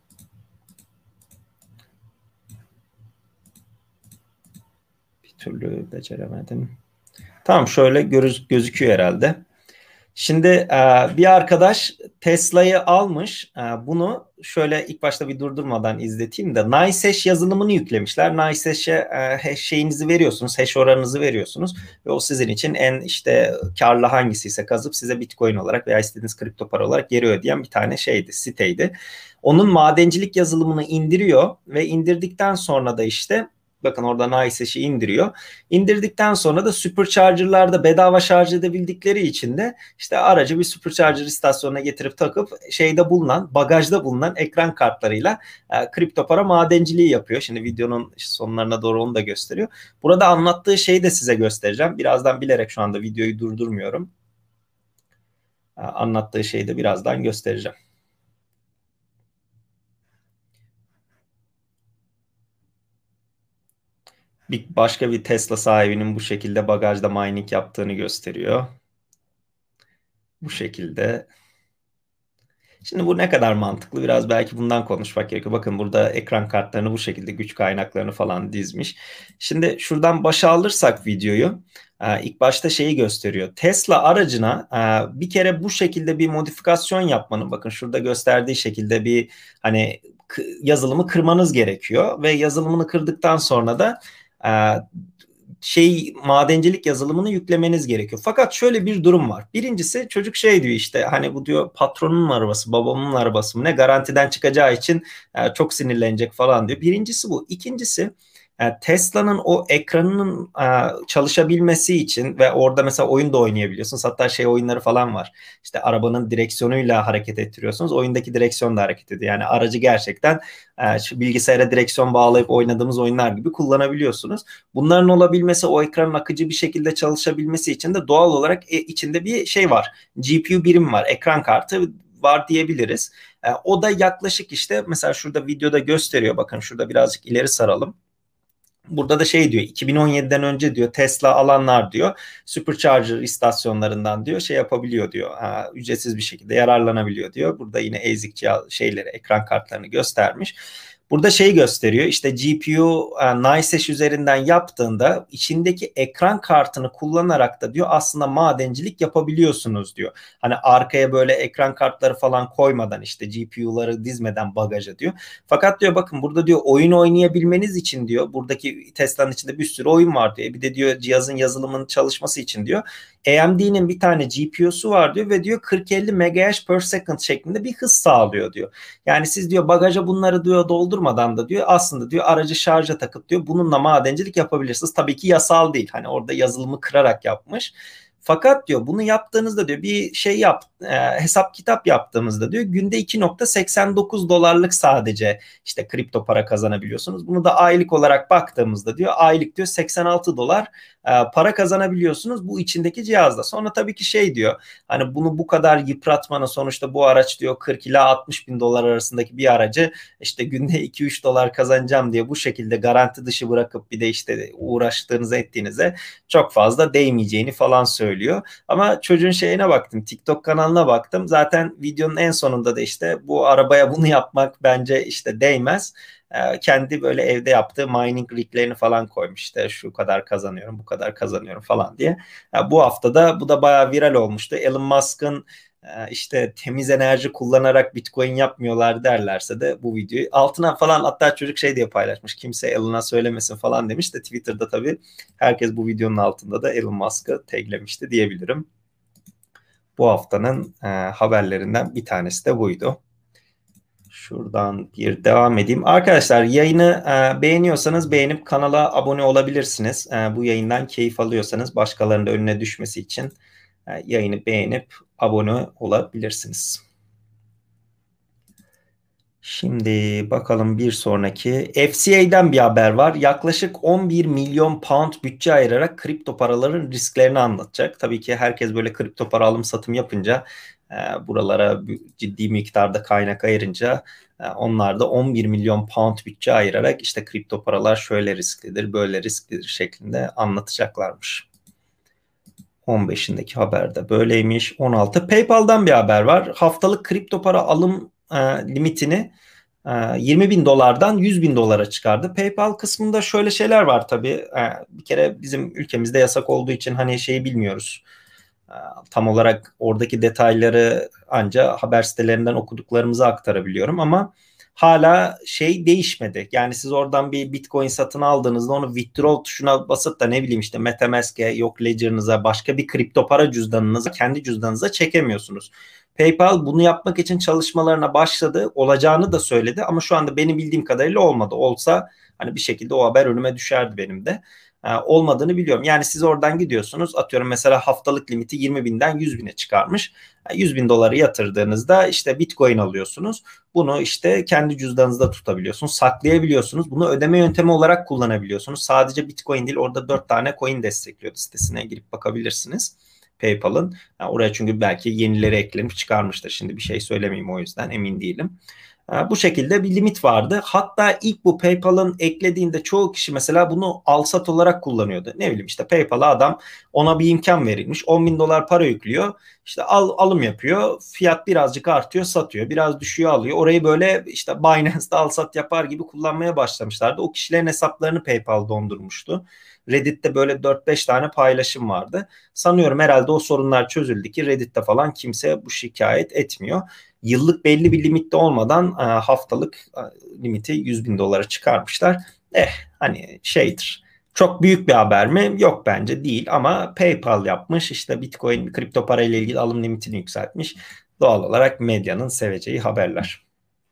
Bir türlü beceremedim. Tamam şöyle gözüküyor herhalde. Şimdi bir arkadaş Tesla'yı almış. Bunu şöyle ilk başta bir durdurmadan izleteyim de NiceHash yazılımını yüklemişler. NiceHash'e hash şeyinizi veriyorsunuz, hash oranınızı veriyorsunuz ve o sizin için en işte karlı hangisi ise kazıp size Bitcoin olarak veya istediğiniz kripto para olarak geri ödeyen bir tane şeydi, siteydi. Onun madencilik yazılımını indiriyor ve indirdikten sonra da işte bakın orada NiceHash'i indiriyor. İndirdikten sonra da supercharger'larda bedava şarj edebildikleri için de işte aracı bir supercharger istasyonuna getirip takıp şeyde bulunan, bagajda bulunan ekran kartlarıyla kripto para madenciliği yapıyor. Şimdi videonun sonlarına doğru onu da gösteriyor. Burada anlattığı şeyi de size göstereceğim. Birazdan bilerek şu anda videoyu durdurmuyorum. Anlattığı şeyi de birazdan göstereceğim. Başka bir Tesla sahibinin bu şekilde bagajda mining yaptığını gösteriyor. Bu şekilde. Şimdi bu ne kadar mantıklı? Biraz belki bundan konuşmak gerekiyor. Bakın burada ekran kartlarını bu şekilde güç kaynaklarını falan dizmiş. Şimdi şuradan başa alırsak videoyu ilk başta şeyi gösteriyor. Tesla aracına bir kere bu şekilde bir modifikasyon yapmanın bakın şurada gösterdiği şekilde bir hani yazılımı kırmanız gerekiyor ve yazılımını kırdıktan sonra da madencilik yazılımını yüklemeniz gerekiyor. Fakat şöyle bir durum var. Birincisi çocuk şey diyor işte hani bu diyor patronun arabası, babamın arabası mı ne garantiden çıkacağı için çok sinirlenecek falan diyor. Birincisi bu. İkincisi Tesla'nın o ekranının çalışabilmesi için ve orada mesela oyun da oynayabiliyorsunuz. Hatta şey oyunları falan var. İşte arabanın direksiyonuyla hareket ettiriyorsunuz. Oyundaki direksiyon da hareket ediyor. Yani aracı gerçekten şu bilgisayara direksiyon bağlayıp oynadığımız oyunlar gibi kullanabiliyorsunuz. Bunların olabilmesi, o ekranın akıcı bir şekilde çalışabilmesi için de doğal olarak içinde bir şey var. GPU birim var, ekran kartı var diyebiliriz. O da yaklaşık işte mesela şurada videoda gösteriyor. Bakın şurada birazcık ileri saralım. Burada da şey diyor 2017'den önce diyor Tesla alanlar diyor supercharger istasyonlarından diyor şey yapabiliyor diyor ücretsiz bir şekilde yararlanabiliyor diyor. Burada yine ASIC şeyleri ekran kartlarını göstermiş. Burada şey gösteriyor işte GPU NiceHash üzerinden yaptığında içindeki ekran kartını kullanarak da diyor aslında madencilik yapabiliyorsunuz diyor. Hani arkaya böyle ekran kartları falan koymadan işte GPU'ları dizmeden bagaja diyor. Fakat diyor bakın burada diyor oyun oynayabilmeniz için diyor buradaki Tesla'nın içinde bir sürü oyun var diyor. Bir de diyor cihazın yazılımının çalışması için diyor AMD'nin bir tane GPU'su var diyor ve diyor 40-50 MHz per second şeklinde bir hız sağlıyor diyor. Yani siz diyor bagaja bunları diyor doldurmadan da diyor aslında diyor aracı şarja takıp diyor bununla madencilik yapabilirsiniz. Tabii ki yasal değil. Hani orada yazılımı kırarak yapmış. Fakat diyor bunu yaptığınızda diyor bir şey hesap kitap yaptığımızda diyor günde 2,89 dolarlık sadece işte kripto para kazanabiliyorsunuz. Bunu da aylık olarak baktığımızda diyor aylık diyor 86 dolar para kazanabiliyorsunuz bu içindeki cihazda. Sonra tabii ki şey diyor hani bunu bu kadar yıpratmanın sonuçta bu araç diyor 40 ila 60 bin dolar arasındaki bir aracı işte günde 2-3 dolar kazanacağım diye bu şekilde garanti dışı bırakıp bir de işte uğraştığınıza ettiğinize çok fazla değmeyeceğini falan söylüyor. Ama çocuğun şeyine baktım, TikTok kanalına baktım. Zaten videonun en sonunda da işte bu arabaya bunu yapmak bence işte değmez. Kendi böyle evde yaptığı mining riglerini falan koymuş işte şu kadar kazanıyorum bu kadar kazanıyorum falan diye. Bu hafta da bu da bayağı viral olmuştu. Elon Musk'ın işte temiz enerji kullanarak Bitcoin yapmıyorlar derlerse de bu videoyu altına falan, hatta çocuk şey diye paylaşmış. Kimse Elon'a söylemesin falan demiş de Twitter'da tabii herkes bu videonun altında da Elon Musk'ı taglemişti diyebilirim. Bu haftanın haberlerinden bir tanesi de buydu. Şuradan bir devam edeyim. Arkadaşlar yayını beğeniyorsanız beğenip kanala abone olabilirsiniz. Bu yayından keyif alıyorsanız başkalarının da önüne düşmesi için yayını beğenip abone olabilirsiniz. Şimdi bakalım bir sonraki. FCA'den bir haber var. Yaklaşık 11 milyon pound bütçe ayırarak kripto paraların risklerini anlatacak. Tabii ki herkes böyle kripto para alım satım yapınca buralara ciddi miktarda kaynak ayırınca onlar da 11 milyon pound bütçe ayırarak işte kripto paralar şöyle risklidir, böyle risklidir şeklinde anlatacaklarmış. 15'indeki haberde böyleymiş. 16. PayPal'dan bir haber var. Haftalık kripto para alım limitini 20 bin dolardan 100 bin dolara çıkardı. PayPal kısmında şöyle şeyler var tabii. Bir kere bizim ülkemizde yasak olduğu için hani şeyi bilmiyoruz. Tam olarak oradaki detayları anca haber sitelerinden okuduklarımızı aktarabiliyorum ama hala şey değişmedi. Yani siz oradan bir Bitcoin satın aldığınızda onu withdraw tuşuna basıp da ne bileyim işte MetaMask'e, yok Ledger'ınıza, başka bir kripto para cüzdanınıza, kendi cüzdanınıza çekemiyorsunuz. PayPal bunu yapmak için çalışmalarına başladı. Olacağını da söyledi ama şu anda benim bildiğim kadarıyla olmadı. Olsa hani bir şekilde o haber önüme düşerdi benim de. Olmadığını biliyorum. Yani siz oradan gidiyorsunuz, atıyorum mesela haftalık limiti 20 binden 100 bine çıkarmış. 100 bin doları yatırdığınızda işte Bitcoin alıyorsunuz. Bunu işte kendi cüzdanınızda tutabiliyorsunuz, saklayabiliyorsunuz. Bunu ödeme yöntemi olarak kullanabiliyorsunuz. Sadece Bitcoin değil, orada 4 tane coin destekliyordu, sitesine girip bakabilirsiniz. PayPal'ın. Oraya çünkü belki yenileri eklenip çıkarmıştır. Şimdi bir şey söylemeyeyim, o yüzden emin değilim. Bu şekilde bir limit vardı. Hatta ilk bu PayPal'ın eklediğinde çoğu kişi mesela bunu alsat olarak kullanıyordu. Ne bileyim işte PayPal'a adam, ona bir imkan verilmiş. 10 bin dolar para yüklüyor. İşte alım yapıyor. Fiyat birazcık artıyor, satıyor. Biraz düşüyor, alıyor. Orayı böyle işte Binance'da alsat yapar gibi kullanmaya başlamışlardı. O kişilerin hesaplarını PayPal dondurmuştu. Reddit'te böyle 4-5 tane paylaşım vardı. Sanıyorum herhalde o sorunlar çözüldü ki Reddit'te falan kimse bu şikayet etmiyor. Yıllık belli bir limitte olmadan haftalık limiti 100 bin dolara çıkarmışlar. Hani şeydir. Çok büyük bir haber mi? Yok, bence değil ama PayPal yapmış. İşte Bitcoin, kripto para ile ilgili alım limitini yükseltmiş. Doğal olarak medyanın seveceği haberler.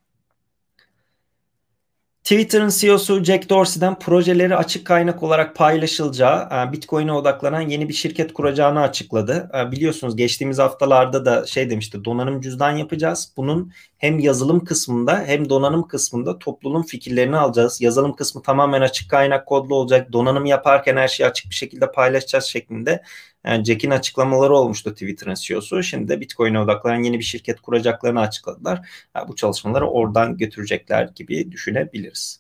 Twitter'ın CEO'su Jack Dorsey'den projeleri açık kaynak olarak paylaşılacağı, Bitcoin'e odaklanan yeni bir şirket kuracağını açıkladı. Biliyorsunuz geçtiğimiz haftalarda da şey demişti, donanım cüzdan yapacağız. Bunun hem yazılım kısmında hem donanım kısmında topluluğun fikirlerini alacağız. Yazılım kısmı tamamen açık kaynak kodlu olacak. Donanım yaparken her şeyi açık bir şekilde paylaşacağız şeklinde. Yani Jack'in açıklamaları olmuştu, Twitter'ın CEO'su. Şimdi de Bitcoin'e odaklanan yeni bir şirket kuracaklarını açıkladılar. Bu çalışmaları oradan götürecekler gibi düşünebiliriz.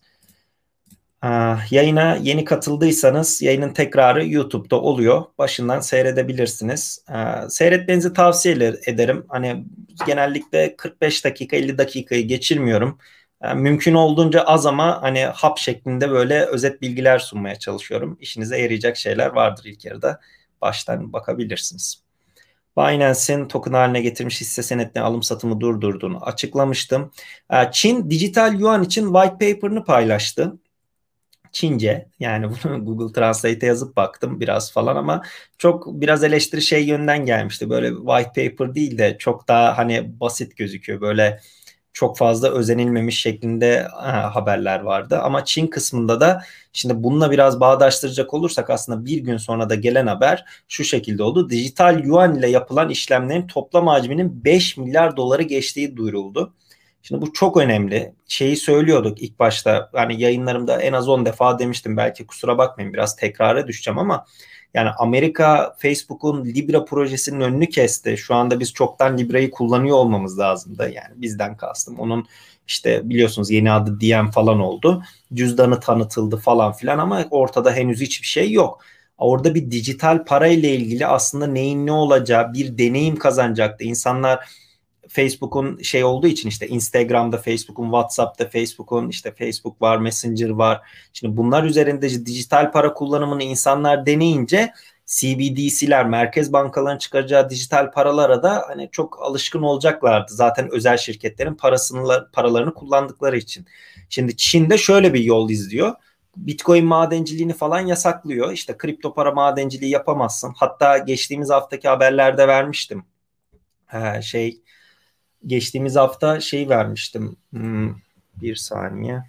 Yayına yeni katıldıysanız yayının tekrarı YouTube'da oluyor. Başından seyredebilirsiniz. Seyretmenizi tavsiye ederim. Hani genellikle 45 dakika 50 dakikayı geçirmiyorum. Mümkün olduğunca az ama hani hap şeklinde böyle özet bilgiler sunmaya çalışıyorum. İşinize yarayacak şeyler vardır ilk yarıda. Baştan bakabilirsiniz. Binance'in token haline getirmiş hisse senetine alım satımı durdurduğunu açıklamıştım. Çin dijital yuan için white paper'ını paylaştı. Çince, yani bunu Google Translate'e yazıp baktım biraz falan ama biraz eleştiri şey yönden gelmişti. Böyle white paper değil de çok daha hani basit gözüküyor. Böyle çok fazla özenilmemiş şeklinde haberler vardı. Ama Çin kısmında da şimdi bununla biraz bağdaştıracak olursak aslında bir gün sonra da gelen haber şu şekilde oldu. Dijital yuan ile yapılan işlemlerin toplam hacminin 5 milyar doları geçtiği duyuruldu. Şimdi bu çok önemli. Şeyi söylüyorduk ilk başta, hani yayınlarımda en az 10 defa demiştim, belki kusura bakmayın biraz tekrara düşeceğim ama yani Amerika Facebook'un Libra projesinin önünü kesti. Şu anda biz çoktan Libra'yı kullanıyor olmamız lazımdı. Yani bizden kastım. Onun işte biliyorsunuz yeni adı DM falan oldu. Cüzdanı tanıtıldı falan filan ama ortada henüz hiçbir şey yok. Orada bir dijital para ile ilgili aslında neyin ne olacağı bir deneyim kazanacaktı. İnsanlar Facebook'un şey olduğu için, işte Instagram'da Facebook'un, WhatsApp'ta Facebook'un, işte Facebook var, Messenger var. Şimdi bunlar üzerinde dijital para kullanımını insanlar deneyince CBDC'ler, merkez bankalarının çıkaracağı dijital paralara da hani çok alışkın olacaklardı. Zaten özel şirketlerin paralarını kullandıkları için. Şimdi Çin'de şöyle bir yol izliyor. Bitcoin madenciliğini falan yasaklıyor. İşte kripto para madenciliği yapamazsın. Hatta geçtiğimiz haftaki haberlerde vermiştim. Şey geçtiğimiz hafta şey vermiştim. Bir saniye.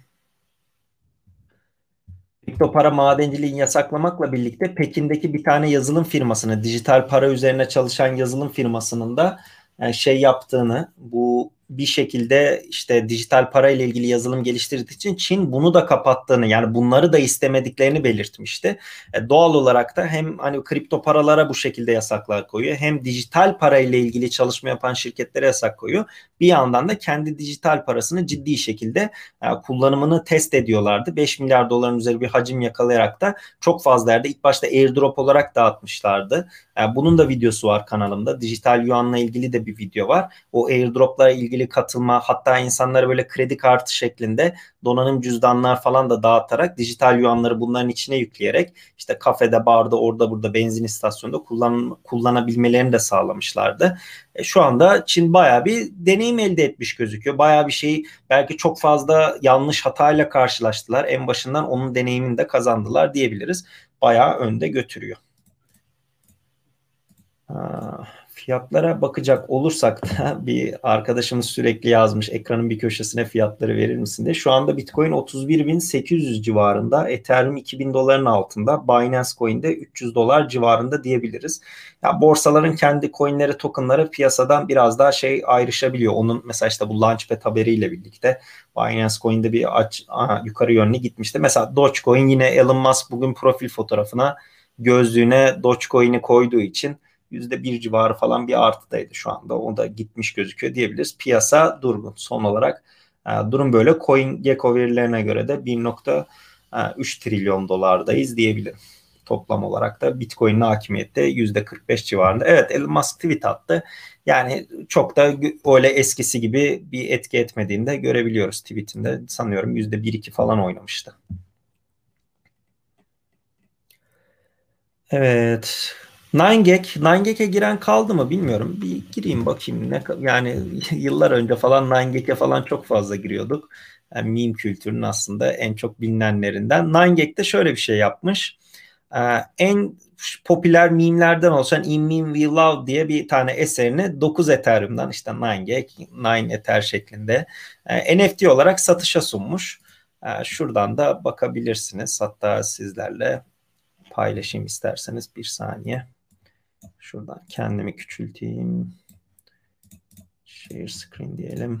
Kripto para madenciliğini yasaklamakla birlikte Pekin'deki bir tane yazılım firmasını, dijital para üzerine çalışan yazılım firmasının da şey yaptığını, bu bir şekilde işte dijital para ile ilgili yazılım geliştirdiği için Çin bunu da kapattığını, yani bunları da istemediklerini belirtmişti. Doğal olarak da hem hani kripto paralara bu şekilde yasaklar koyuyor, hem dijital para ile ilgili çalışma yapan şirketlere yasak koyuyor. Bir yandan da kendi dijital parasını ciddi şekilde kullanımını test ediyorlardı. 5 milyar doların üzeri bir hacim yakalayarak da çok fazla yerde ilk başta airdrop olarak dağıtmışlardı. Bunun da videosu var kanalımda. Dijital yuanla ilgili de bir video var. O airdroplara ilgili katılma, hatta insanlara böyle kredi kartı şeklinde donanım cüzdanlar falan da dağıtarak dijital yuanları bunların içine yükleyerek işte kafede, barda, orada burada, benzin istasyonunda kullanabilmelerini de sağlamışlardı. Şu anda Çin bayağı bir deneyim elde etmiş gözüküyor. Bayağı bir şeyi belki çok fazla yanlış hatayla karşılaştılar. En başından onun deneyimini de kazandılar diyebiliriz. Bayağı önde götürüyor. Fiyatlara bakacak olursak da bir arkadaşımız sürekli yazmış, ekranın bir köşesine fiyatları verir misin diye. Şu anda Bitcoin 31.800 civarında, Ethereum 2000 doların altında, Binance Coin'de 300 dolar civarında diyebiliriz. Ya borsaların kendi coinleri, tokenları piyasadan biraz daha şey ayrışabiliyor. Onun mesela işte bu Launchpad haberiyle birlikte Binance Coin'de bir yukarı yönlü gitmişti. Mesela Dogecoin, yine Elon Musk bugün profil fotoğrafına gözlüğüne Dogecoin'i koyduğu için %1 civarı falan bir artıdaydı şu anda. O da gitmiş gözüküyor diyebiliriz. Piyasa durgun. Son olarak durum böyle. CoinGecko verilerine göre de 1,3 trilyon dolardayız diyebilirim. Toplam olarak da Bitcoin'in hakimiyette %45 civarında. Evet, Elon Musk tweet attı. Yani çok da öyle eskisi gibi bir etki etmediğini de görebiliyoruz tweetinde. Sanıyorum %1-2 falan oynamıştı. Evet. 9gag'e giren kaldı mı bilmiyorum. Bir gireyim bakayım. Yani yıllar önce falan 9gag'e falan çok fazla giriyorduk. Yani meme kültürünün aslında en çok bilinenlerinden. 9gag de şöyle bir şey yapmış. En popüler meme'lerden oluşan In Meme We Love diye bir tane eserini 9 Ethereum'dan, işte 9gag, 9 Ether şeklinde NFT olarak satışa sunmuş. Şuradan da bakabilirsiniz. Hatta sizlerle paylaşayım isterseniz, bir saniye. Şuradan kendimi küçülteyim. Share screen diyelim.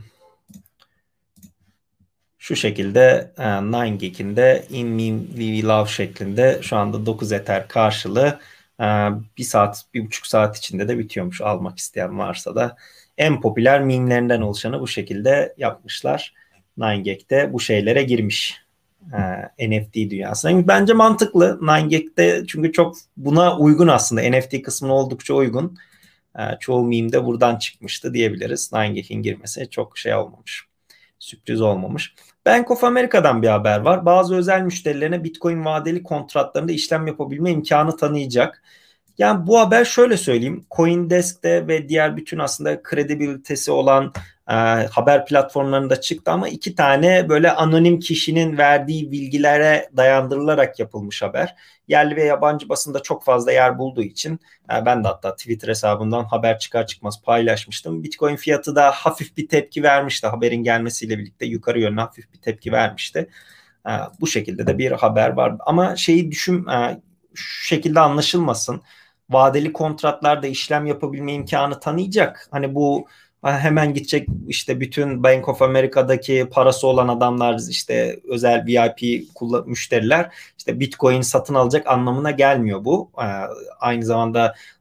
Şu şekilde 9gag'in de In Meme We Love şeklinde şu anda 9 Ether karşılığı bir saat, 1,5 saat içinde de bitiyormuş. Almak isteyen varsa da en popüler meme'lerinden oluşanı bu şekilde yapmışlar. 9gag'de bu şeylere girmiş. NFT dünyasına. Bence mantıklı. 9gag'de çünkü çok buna uygun aslında. NFT kısmına oldukça uygun. Çoğu meme de buradan çıkmıştı diyebiliriz. 9gag'in girmesi çok şey olmamış. Sürpriz olmamış. Bank of America'dan bir haber var. Bazı özel müşterilerine Bitcoin vadeli kontratlarında işlem yapabilme imkanı tanıyacak. Yani bu haber şöyle söyleyeyim. CoinDesk'te ve diğer bütün aslında kredibilitesi olan haber platformlarında çıktı ama iki tane böyle anonim kişinin verdiği bilgilere dayandırılarak yapılmış haber. Yerli ve yabancı basında çok fazla yer bulduğu için ben de hatta Twitter hesabından haber çıkar çıkmaz paylaşmıştım. Bitcoin fiyatı da hafif bir tepki vermişti. Haberin gelmesiyle birlikte yukarı yönlü hafif bir tepki vermişti. Bu şekilde de bir haber var. Ama şeyi şu şekilde anlaşılmasın. Vadeli kontratlarda işlem yapabilme imkanı tanıyacak. Hani bu hemen gidecek işte bütün Bank of America'daki parası olan adamlar, işte özel VIP müşteriler işte Bitcoin satın alacak anlamına gelmiyor bu. Aynı zamanda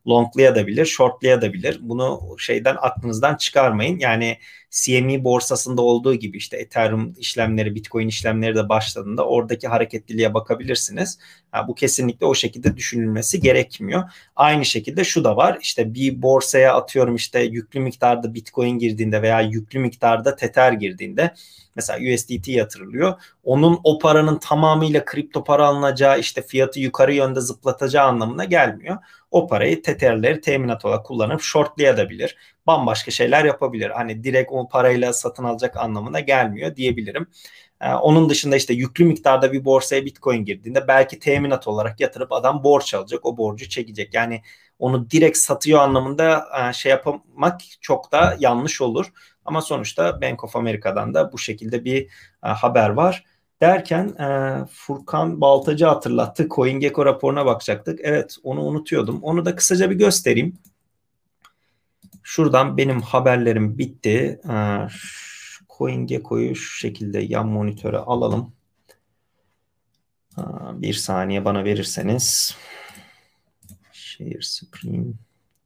longlayabilir, shortlayabilir. Bunu şeyden aklınızdan çıkarmayın. Yani CME borsasında olduğu gibi işte Ethereum işlemleri, Bitcoin işlemleri de başladığında oradaki hareketliliğe bakabilirsiniz. Bu kesinlikle o şekilde düşünülmesi gerekmiyor. Aynı şekilde şu da var. İşte bir borsaya atıyorum işte yüklü miktarda Bitcoin girdiğinde veya yüklü miktarda Tether girdiğinde mesela USDT yatırılıyor. Onun o paranın tamamıyla kripto para alınacağı işte fiyatı yukarı yönde zıplatacağı anlamına gelmiyor. O parayı Tether'leri teminat olarak kullanıp shortlayabilir. Bambaşka şeyler yapabilir. Hani direkt o parayla satın alacak anlamına gelmiyor diyebilirim. Onun dışında işte yüklü miktarda bir borsaya Bitcoin girdiğinde belki teminat olarak yatırıp adam borç alacak, o borcu çekecek. Yani onu direkt satıyor anlamında şey yapmak çok da yanlış olur. Ama sonuçta Bank of America'dan da bu şekilde bir haber var. Derken Furkan Baltacı hatırlattı. CoinGecko raporuna bakacaktık. Evet, onu unutuyordum. Onu da kısaca bir göstereyim. Şuradan benim haberlerim bitti. CoinGecko'yu şu şekilde yan monitöre alalım. Bir saniye bana verirseniz. Share screen.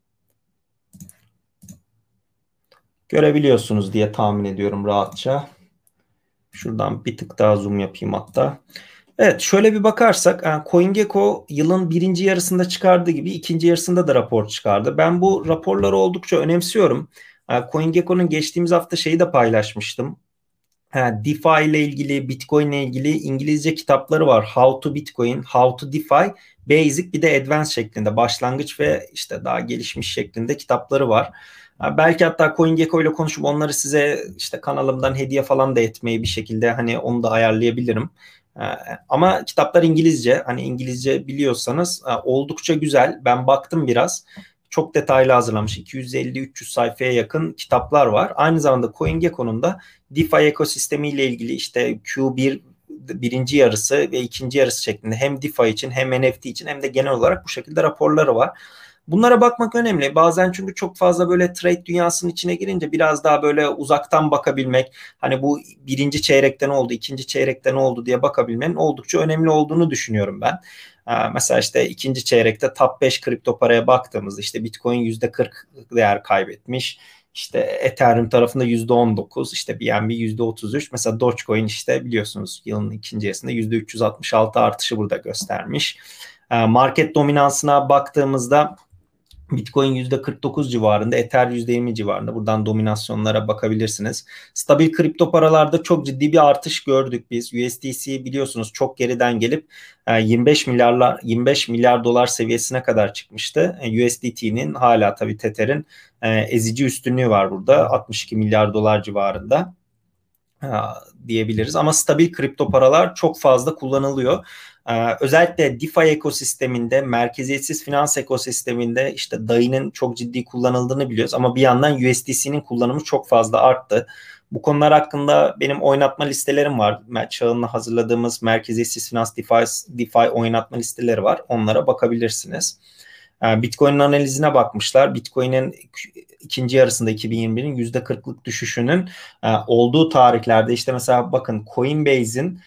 Görebiliyorsunuz diye tahmin ediyorum rahatça. Şuradan bir tık daha zoom yapayım hatta. Evet, şöyle bir bakarsak CoinGecko yılın birinci yarısında çıkardığı gibi ikinci yarısında da rapor çıkardı. Ben bu raporları oldukça önemsiyorum. CoinGecko'nun geçtiğimiz hafta şeyi de paylaşmıştım. DeFi ile ilgili, Bitcoin ile ilgili İngilizce kitapları var. How to Bitcoin, How to DeFi, Basic bir de Advanced şeklinde başlangıç ve işte daha gelişmiş şeklinde kitapları var. Belki hatta CoinGecko ile konuşup onları size işte kanalımdan hediye falan da etmeyi bir şekilde hani onu da ayarlayabilirim. Ee, Ama kitaplar İngilizce. Hani İngilizce biliyorsanız oldukça güzel. Ben baktım biraz. Çok detaylı hazırlamış. 250-300 sayfaya yakın kitaplar var. Aynı zamanda CoinGecko'nun da DeFi ekosistemiyle ilgili işte Q1 birinci yarısı ve ikinci yarısı şeklinde hem DeFi için hem NFT için hem de genel olarak bu şekilde raporları var. Bunlara bakmak önemli. Bazen çünkü çok fazla böyle trade dünyasının içine girince biraz daha böyle uzaktan bakabilmek, hani bu birinci çeyrekte ne oldu, ikinci çeyrekte ne oldu diye bakabilmenin oldukça önemli olduğunu düşünüyorum ben. Mesela işte ikinci çeyrekte top 5 kripto paraya baktığımızda işte Bitcoin %40 değer kaybetmiş. İşte Ethereum tarafında %19, işte BNB %33. Mesela Dogecoin işte biliyorsunuz yılın ikinci yarısında %366 artışı burada göstermiş. Market dominansına baktığımızda Bitcoin %49 civarında, Ether %20 civarında. Buradan dominasyonlara bakabilirsiniz. Stabil kripto paralarda çok ciddi bir artış gördük biz. USDC biliyorsunuz çok geriden gelip 25 milyar dolar seviyesine kadar çıkmıştı. USDT'nin hala tabii Tether'in ezici üstünlüğü var burada. 62 milyar dolar civarında diyebiliriz. Ama stabil kripto paralar çok fazla kullanılıyor. Özellikle DeFi ekosisteminde, merkeziyetsiz finans ekosisteminde işte DAI'nin çok ciddi kullanıldığını biliyoruz. Ama bir yandan USDC'nin kullanımı çok fazla arttı. Bu konular hakkında benim oynatma listelerim var. Çağın'la hazırladığımız merkeziyetsiz finans DeFi oynatma listeleri var. Onlara bakabilirsiniz. Bitcoin'in analizine bakmışlar. Bitcoin'in ikinci yarısında 2021'in %40'lık düşüşünün olduğu tarihlerde işte mesela bakın Coinbase'in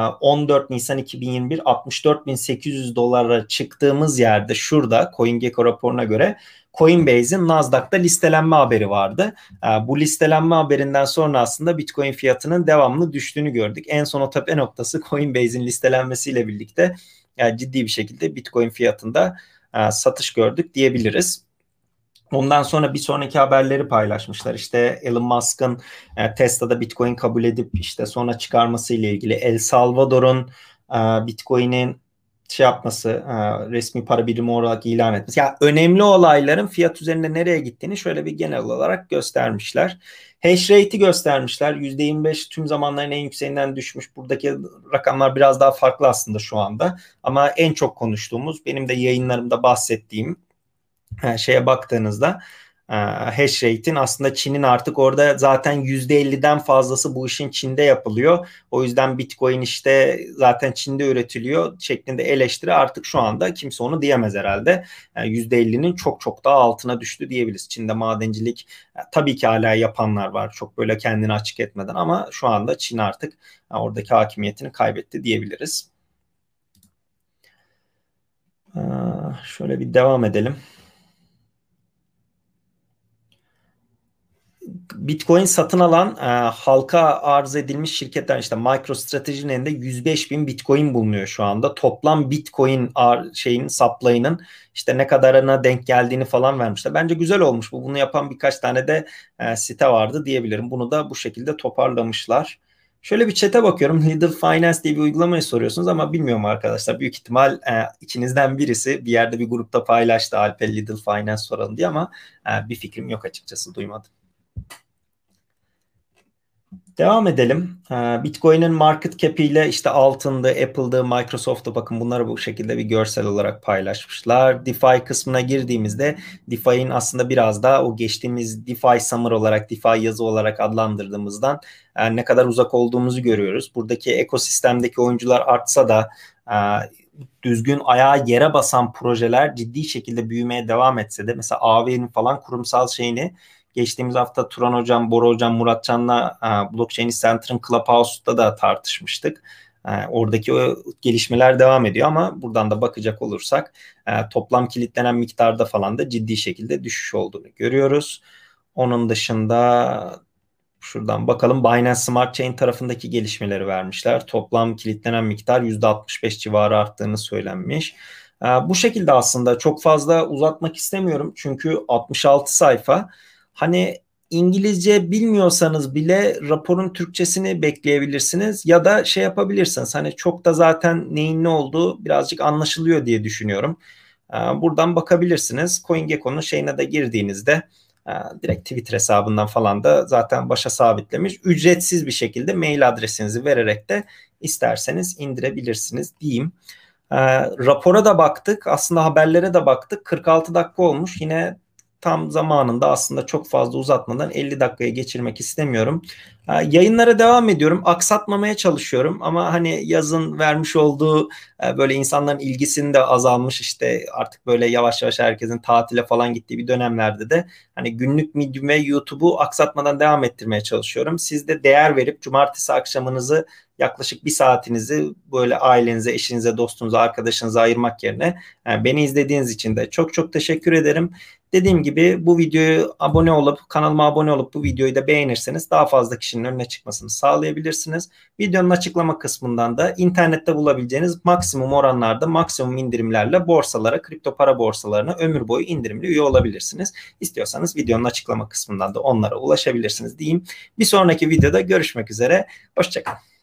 14 Nisan 2021 64.800 dolara çıktığımız yerde şurada CoinGecko raporuna göre Coinbase'in Nasdaq'ta listelenme haberi vardı. Bu listelenme haberinden sonra aslında Bitcoin fiyatının devamlı düştüğünü gördük. En son o tepe noktası Coinbase'in listelenmesiyle birlikte ciddi bir şekilde Bitcoin fiyatında satış gördük diyebiliriz. Ondan sonra bir sonraki haberleri paylaşmışlar. İşte Elon Musk'ın Tesla'da Bitcoin kabul edip işte sonra çıkarması ile ilgili El Salvador'un Bitcoin'in şey yapması, resmi para birimi olarak ilan etmesi. Yani önemli olayların fiyat üzerinde nereye gittiğini şöyle bir genel olarak göstermişler. Hash rate'i göstermişler. %25 tüm zamanların en yükseğinden düşmüş. Buradaki rakamlar biraz daha farklı aslında şu anda. Ama en çok konuştuğumuz, benim de yayınlarımda bahsettiğim şeye baktığınızda hash rate'in aslında Çin'in artık orada zaten %50'den fazlası bu işin Çin'de yapılıyor. O yüzden Bitcoin işte zaten Çin'de üretiliyor şeklinde eleştiri artık şu anda kimse onu diyemez herhalde. Yani %50'nin çok çok daha altına düştü diyebiliriz. Çin'de madencilik tabii ki hala yapanlar var çok böyle kendini açık etmeden ama şu anda Çin artık oradaki hakimiyetini kaybetti diyebiliriz. Şöyle bir devam edelim. Bitcoin satın alan halka arz edilmiş şirketler, işte MicroStrategy'nin elinde 105 bin Bitcoin bulunuyor şu anda. Toplam Bitcoin supply'ının işte ne kadarına denk geldiğini falan vermişler. Bence güzel olmuş bu. Bunu yapan birkaç tane de site vardı diyebilirim. Bunu da bu şekilde toparlamışlar. Şöyle bir chat'e bakıyorum. Lidl Finance diye bir uygulamayı soruyorsunuz ama bilmiyorum arkadaşlar. Büyük ihtimal içinizden birisi bir yerde bir grupta paylaştı, Alper Lidl Finance soralım diye, ama bir fikrim yok açıkçası, duymadım. Devam edelim. Bitcoin'in market cap ile işte altındı, Apple'dı, Microsoft'tu. Bakın bunları bu şekilde bir görsel olarak paylaşmışlar. DeFi kısmına girdiğimizde DeFi'nin aslında biraz daha o geçtiğimiz DeFi Summer olarak, DeFi yazı olarak adlandırdığımızdan ne kadar uzak olduğumuzu görüyoruz. Buradaki ekosistemdeki oyuncular artsa da düzgün ayağa yere basan projeler ciddi şekilde büyümeye devam etse de, mesela AV'nin falan kurumsal şeyini geçtiğimiz hafta Turan Hocam, Bora Hocam, Muratcan'la Blockchain Center'ın Clubhouse'da da tartışmıştık. Oradaki o gelişmeler devam ediyor ama buradan da bakacak olursak toplam kilitlenen miktarda falan da ciddi şekilde düşüş olduğunu görüyoruz. Onun dışında şuradan bakalım, Binance Smart Chain tarafındaki gelişmeleri vermişler. Toplam kilitlenen miktar %65 civarı arttığını söylenmiş. Bu şekilde aslında çok fazla uzatmak istemiyorum çünkü 66 sayfa. Hani İngilizce bilmiyorsanız bile raporun Türkçesini bekleyebilirsiniz ya da şey yapabilirsiniz. Hani çok da zaten neyin ne olduğu birazcık anlaşılıyor diye düşünüyorum. Buradan bakabilirsiniz. CoinGecko'nun şeyine de girdiğinizde direkt Twitter hesabından falan da zaten başa sabitlemiş. Ücretsiz bir şekilde mail adresinizi vererek de isterseniz indirebilirsiniz diyeyim. Rapora da baktık. Aslında haberlere de baktık. 46 dakika olmuş. Yine tam zamanında, aslında çok fazla uzatmadan 50 dakikaya geçirmek istemiyorum. Yayınlara devam ediyorum. Aksatmamaya çalışıyorum ama hani yazın vermiş olduğu böyle insanların ilgisinin de azalmış, işte artık böyle yavaş yavaş herkesin tatile falan gittiği bir dönemlerde de hani günlük Medium ve YouTube'u aksatmadan devam ettirmeye çalışıyorum. Siz de değer verip cumartesi akşamınızı, yaklaşık bir saatinizi böyle ailenize, eşinize, dostunuza, arkadaşınıza ayırmak yerine beni izlediğiniz için de çok çok teşekkür ederim. Dediğim gibi bu videoyu kanalıma abone olup bu videoyu da beğenirseniz daha fazla kişinin önüne çıkmasını sağlayabilirsiniz. Videonun açıklama kısmından da internette bulabileceğiniz maksimum oranlarda, maksimum indirimlerle borsalara, kripto para borsalarına ömür boyu indirimli üye olabilirsiniz. İstiyorsanız videonun açıklama kısmından da onlara ulaşabilirsiniz diyeyim. Bir sonraki videoda görüşmek üzere. Hoşçakalın.